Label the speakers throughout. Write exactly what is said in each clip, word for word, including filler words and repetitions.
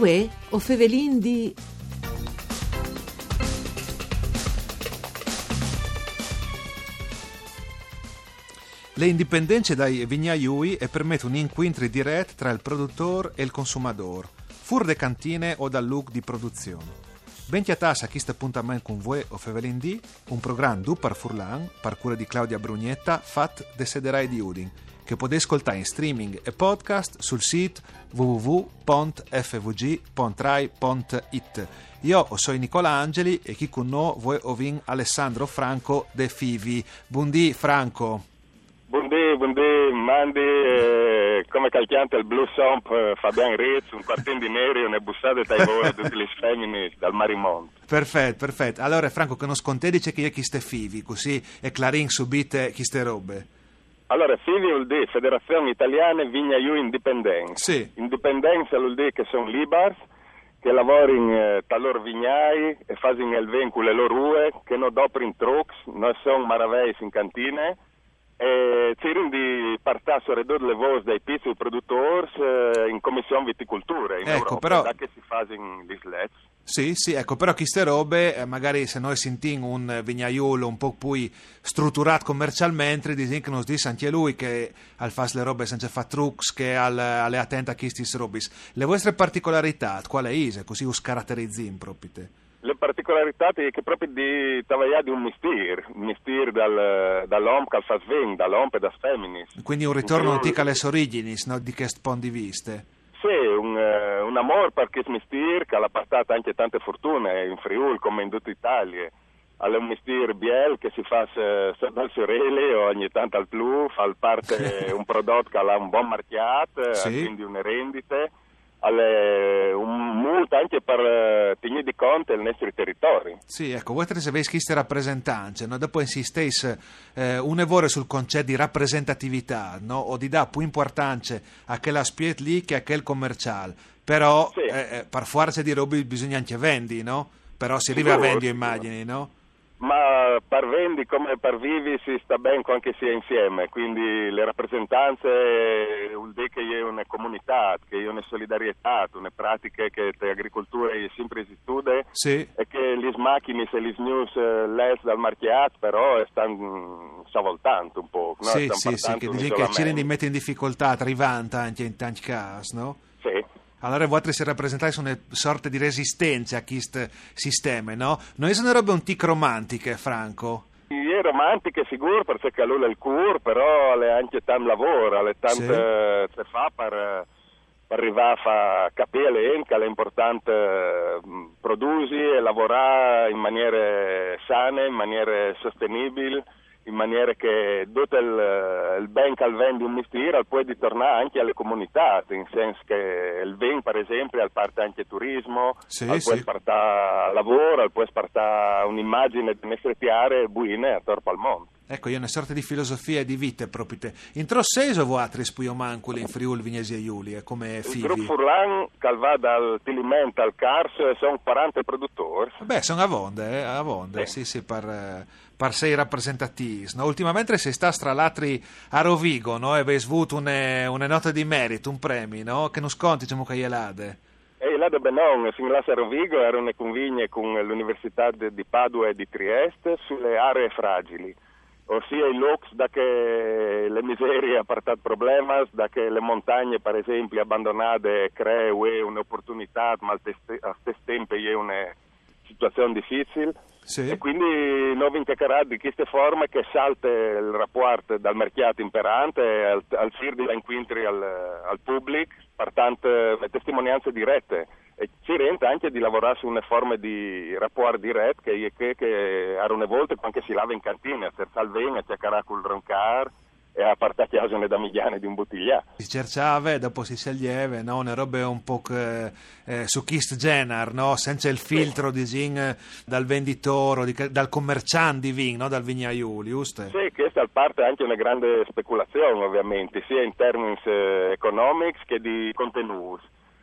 Speaker 1: Uè, o fevelin di...
Speaker 2: Le indipendenze dai vignaiui e permette un incontro diretto tra il produttore e il consumatore, fur de cantine o dal look di produzione. Ben chiatas a questo appuntamento con voi o fevelin di, un programma du par Furlan, par cura di Claudia Brugnetta, fat de Sederai di Udin, che potete ascoltare in streaming e podcast sul sito w w w punto f v g punto rai punto i t. Io sono Nicola Angeli e chi con noi voi ovin Alessandro Franco de Fivi. Buondì Franco.
Speaker 3: Buondì, buondì, mandi eh, come calchiante il Blue Somp eh, Fabian Ritz, un quartino di neri, una bussata dai voi tutti gli femmini dal Marimonte.
Speaker 2: Perfetto, perfetto. Allora Franco, che non sconte dice che io chi ste Fivi, così e Clarin subite chi ste robe.
Speaker 3: Allora, Fivi vuol dire Federazione Italiana Vignaiui Indipendenza.
Speaker 2: Sì.
Speaker 3: Indipendenza vuol dire che sono liberi, che lavorano eh, tra loro vignai e fanno il vin con le loro rue, che non dopo in trucks, non sono maravei in cantine. E ci di partire a ridurre le voci dei piccoli produttori eh, in commissione viticoltura in
Speaker 2: ecco,
Speaker 3: Europa,
Speaker 2: però...
Speaker 3: da che si fa in Lislet.
Speaker 2: Sì, sì, ecco, però queste robe, eh, magari se noi sentiamo un vignaiolo un po' più strutturato commercialmente, dicono che non si dice anche lui che al fare le robe senza fare trucks, che al, alle attente a questi robis. Le vostre particolarità, qual è Ise? Così us caratterizzin proprio te.
Speaker 3: Le particolarità è che proprio di travagliare di un mistero, un mistero dal, dall'uomo che fa svin, dall'uomo e da femminis.
Speaker 2: Quindi un ritorno antico alle origini, no? Di questo punto di vista.
Speaker 3: Sì, un, uh, un amore per questo mistero che ha portato anche tante fortune in Friuli come in tutta Italia. È un mistero biel che si fa dal Sorelli o ogni tanto al Plu, fa parte un prodotto che ha un buon marchiato, sì. Quindi una rendita. Alle, un multa anche per uh, tenere di conto il nostro territorio.
Speaker 2: Sì, ecco, voi se avete queste rappresentanze, no? Dopo insistete eh, un evore sul concetto di rappresentatività, no? O di dare più importanza a quella spiet lì che a quel commerciale, però sì. eh, per forza di robe bisogna anche vendi, no? Però si arriva a vendi, immagini, no?
Speaker 3: Ma per vendi come per vivi si sta bene anche sia insieme, quindi le rappresentanze vuol dire che è una comunità, che è una solidarietà, una pratica che l'agricoltura è sempre esistute, sì. E che le macchine e le news les dal marchiato però stanno savoltando un po', no?
Speaker 2: Sì, sì, sì, che dici che ci rendi mette in difficoltà, arrivante anche in tanti casi, no?
Speaker 3: Sì.
Speaker 2: Allora voi si rappresentate una sorta di resistenza a questo sistema, no? Noi sono robe un tic romantiche, Franco.
Speaker 3: È romantiche sicuro perché lui è il cur, però è anche tanto lavoro, è tanto sì. Si fa per, per arrivare a fare capire che è importante produrre e lavorare in maniera sana, in maniera sostenibile, in maniera che tutto il, il ben che vendi un mestiere può tornare anche alle comunità, in senso che il ben per esempio al parte anche turismo,
Speaker 2: sì,
Speaker 3: al
Speaker 2: sì.
Speaker 3: può portare lavoro, al può portare un'immagine di nostre piare buine attorno al mondo.
Speaker 2: Ecco, io una sorta di filosofia di vita proprio te. In trosseso voi altri spuiomanculi in Friuli, Vignesi e Giulia, come Fivi?
Speaker 3: Il gruppo Furlan che va dal Tilimento al Carso sono quaranta produttori.
Speaker 2: Beh, sono a vonde, eh, a vonde, sì, sì, sì per, per sei rappresentativi. No? Ultimamente si sta tra l'altro a Rovigo, no? E avete avuto una, una nota di merito, un premio, no? Che non sconti, diciamo che gliel'ade.
Speaker 3: E là da Benon, fin là a Rovigo, era una convegna con l'Università di Padua e di Trieste sulle aree fragili. Ossia i luoghi da che le miserie ha portato problemi, da che le montagne per esempio abbandonate creano un'opportunità, ma allo stesso tempo è una situazione difficile. Sì. E quindi noi abbiamo di queste forme che salta il rapporto dal mercato imperante al, al fir di incontri al, al pubblico, pertanto le testimonianze dirette. E ci rende anche di lavorare su una forma di rapporto diretto che, che, che a una volta anche si lava in cantina, a cercare il vino, a cercare col roncar e a partire a casa da migliane di un bottigliato.
Speaker 2: Si cercava, dopo si sceglieva, no? Una roba un po' che, eh, su questo genere, no? Senza il filtro sì. Di gin dal venditore, di, dal commerciante di vino, no? Dal vignaiolo, giusto?
Speaker 3: Sì, questa è parte anche una grande speculazione ovviamente, sia in termini eh, economici che di contenuti.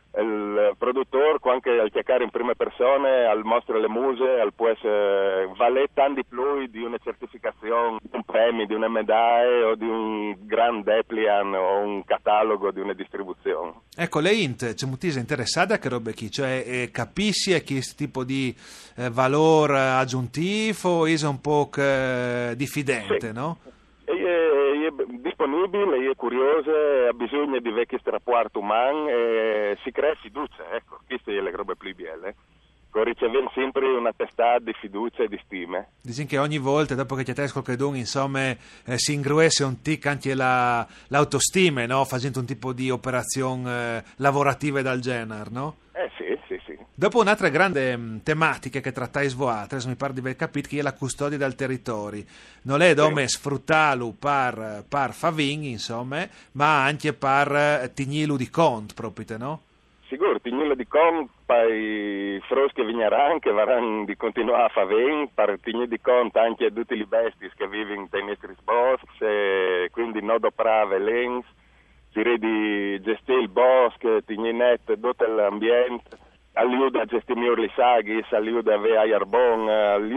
Speaker 3: il produttore, anche al chiacchiere in prime persone, al mostrare le muse, al può essere vale tanti più di una certificazione, di un premio, di una medaglia o di un grand depliant o un catalogo di una distribuzione.
Speaker 2: Ecco, le int, c'è moltissima interessata a che robe chi, cioè eh, capisci a che tipo di eh, valore aggiuntivo o è un po' eh, diffidente,
Speaker 3: sì.
Speaker 2: No?
Speaker 3: E, e, è disponibile, è curiosa, ha bisogno di vecchi strapporti umani e si crea fiducia, ecco, queste sono le robe più belle. Riceviamo sempre una testata di fiducia e di stime.
Speaker 2: Dici che ogni volta, dopo che ti attesco che don, insomma, eh, si ingruesse un tic anche la, l'autostima, no? Facendo un tipo di operazione eh, lavorativa dal genere, no?
Speaker 3: Eh sì, sì, sì.
Speaker 2: Dopo un'altra grande mh, tematica che trattai svoaltre, mi pare di aver capito, che è la custodia del territorio. Non è dome sì. Sfruttarlo per, per faving, insomma, ma anche per tignilu di conto, proprio, no?
Speaker 3: Sicuro, tignilu di conto per i frus che vigneranno, che varranno di continuare a fare, per tignilu di conto anche a tutti i bestis che vivono nei nostri boschi, e quindi non doprave lens, direi di gestire il bosco, tigninette, tutto l'ambiente, aiuta a gestire meglio i saghi, aiuta a avere arbon,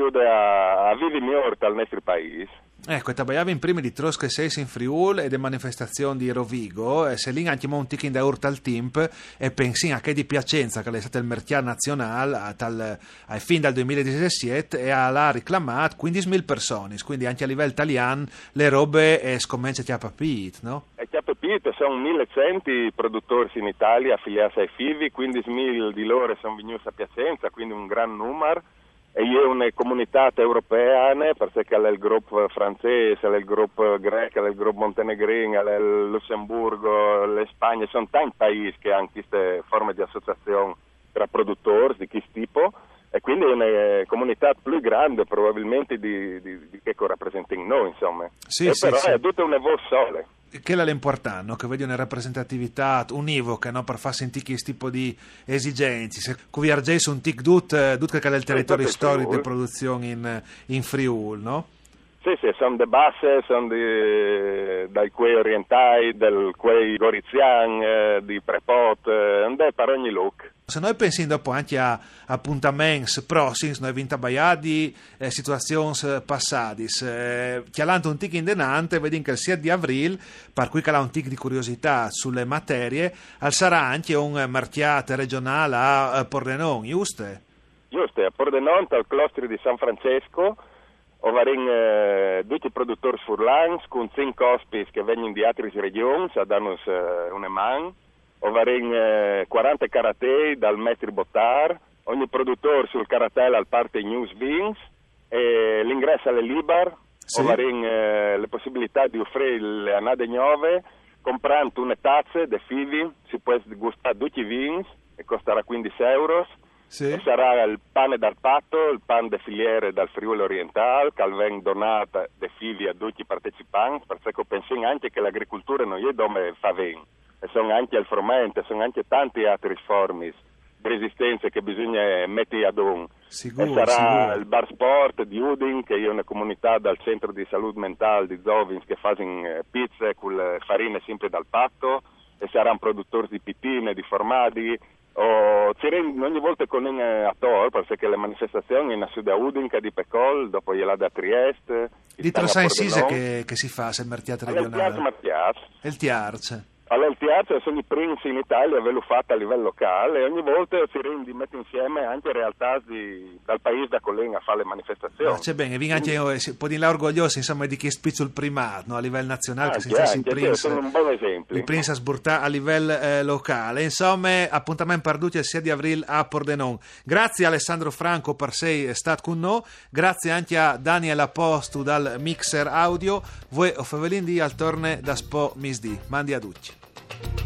Speaker 3: aiuta a vivere meglio al nostro paese.
Speaker 2: Ecco, trabagliava in prima di Trosca e Seis in Friul e de manifestazioni di Rovigo, e se lì anche un tic in da urta al Timp e pensi anche di Piacenza, che è stato il mercato nazionale a tal, a fin dal duemiladiciassette e ha reclamato quindicimila persone, quindi anche a livello italiano le robe eh, scommencia che ha papito, no?
Speaker 3: E che ha papito, sono millecento produttori in Italia affiliati ai F I V I, quindicimila di loro sono venuti a Piacenza, quindi un gran numero. E io una comunità europea, perché è il gruppo francese, è il gruppo greco, è il gruppo montenegrino, è il Lussemburgo, la Spagna, sono tanti paesi che hanno queste forme di associazione tra produttori di questo tipo, e quindi è una comunità più grande probabilmente di, di, di che rappresentiamo noi, insomma.
Speaker 2: Sì,
Speaker 3: e
Speaker 2: sì,
Speaker 3: però
Speaker 2: sì.
Speaker 3: è tutta una voce sola.
Speaker 2: Che è l'importante, no? Che vedi una rappresentatività univoca, no? Per far sentire questo tipo di esigenze. Se convergesse un tic dut, dut che è il territorio storico di produzione in, in Friul, no?
Speaker 3: Sì, sì, sono de basse, sono dai quei orientali, del quei goriziani, eh, di Prepot, eh, per ogni look.
Speaker 2: Se noi pensiamo dopo anche a appuntamenti prossimi, noi abbiamo tagliati eh, situazioni passate, eh, chialando un tic in denante, vediamo che il sei di aprile, per cui cala un tic di curiosità sulle materie, al sarà anche un mercato regionale a, a Pordenone, giusto?
Speaker 3: Giusto, a Pordenone, al claustro di San Francesco, ovarin eh, tutti i produttori furlans, con cinque ospiti che vengono di altre regioni, a darnos eh, una mano. Ovarin eh, quaranta karatei dal maestro Bottar, ogni produttore sul caratello al parte news vins, e l'ingresso alle libere, sì. Ovarin eh, le possibilità di offrire le annate nuove, comprando una tazza di F I V I, si può gustare tutti i vins, e costerà quindici euro, sì. E sarà il pane dal patto, il pane de filiere dal Friuli orientale, che viene donato di F I V I a tutti i partecipanti, perché pensiamo anche che l'agricoltura non è dove fa bene. E sono anche il frumento, sono anche tanti altri forme di resistenza che bisogna mettere ad un.
Speaker 2: Sicuro,
Speaker 3: e sarà
Speaker 2: sicuro.
Speaker 3: Il bar sport di Udin, che è una comunità dal centro di salute mentale di Zovins che fanno pizze con le farine sempre dal patto, e saranno produttori di pitine, di formaggi, o ogni volta con un attore, perché le manifestazioni in Sud Udin, che di Pecol, dopo gliela da Trieste.
Speaker 2: Di Trasà Insise che, che si fa se il mercato regionale?
Speaker 3: È
Speaker 2: il Tiarce.
Speaker 3: Allora, il teatro sono i primi in Italia a averlo fatto a livello locale, e ogni volta si rende mette insieme anche realtà di, dal paese da collega a fare le manifestazioni.
Speaker 2: No, c'è bene, venga anche un po' di là orgoglioso insomma di chi spiccio il primato, no? A livello nazionale,
Speaker 3: ah,
Speaker 2: che senza il Prince,
Speaker 3: sono un buon esempio.
Speaker 2: Il Prince a sburtà a livello eh, locale. Insomma, appuntamento perduto il sei di aprile a Pordenone. Grazie a Alessandro Franco per sei stato con noi, grazie anche a Daniel Apostu dal Mixer Audio. Voi o Fevelin di al torne da Spo Misdi. Mandi a tutti.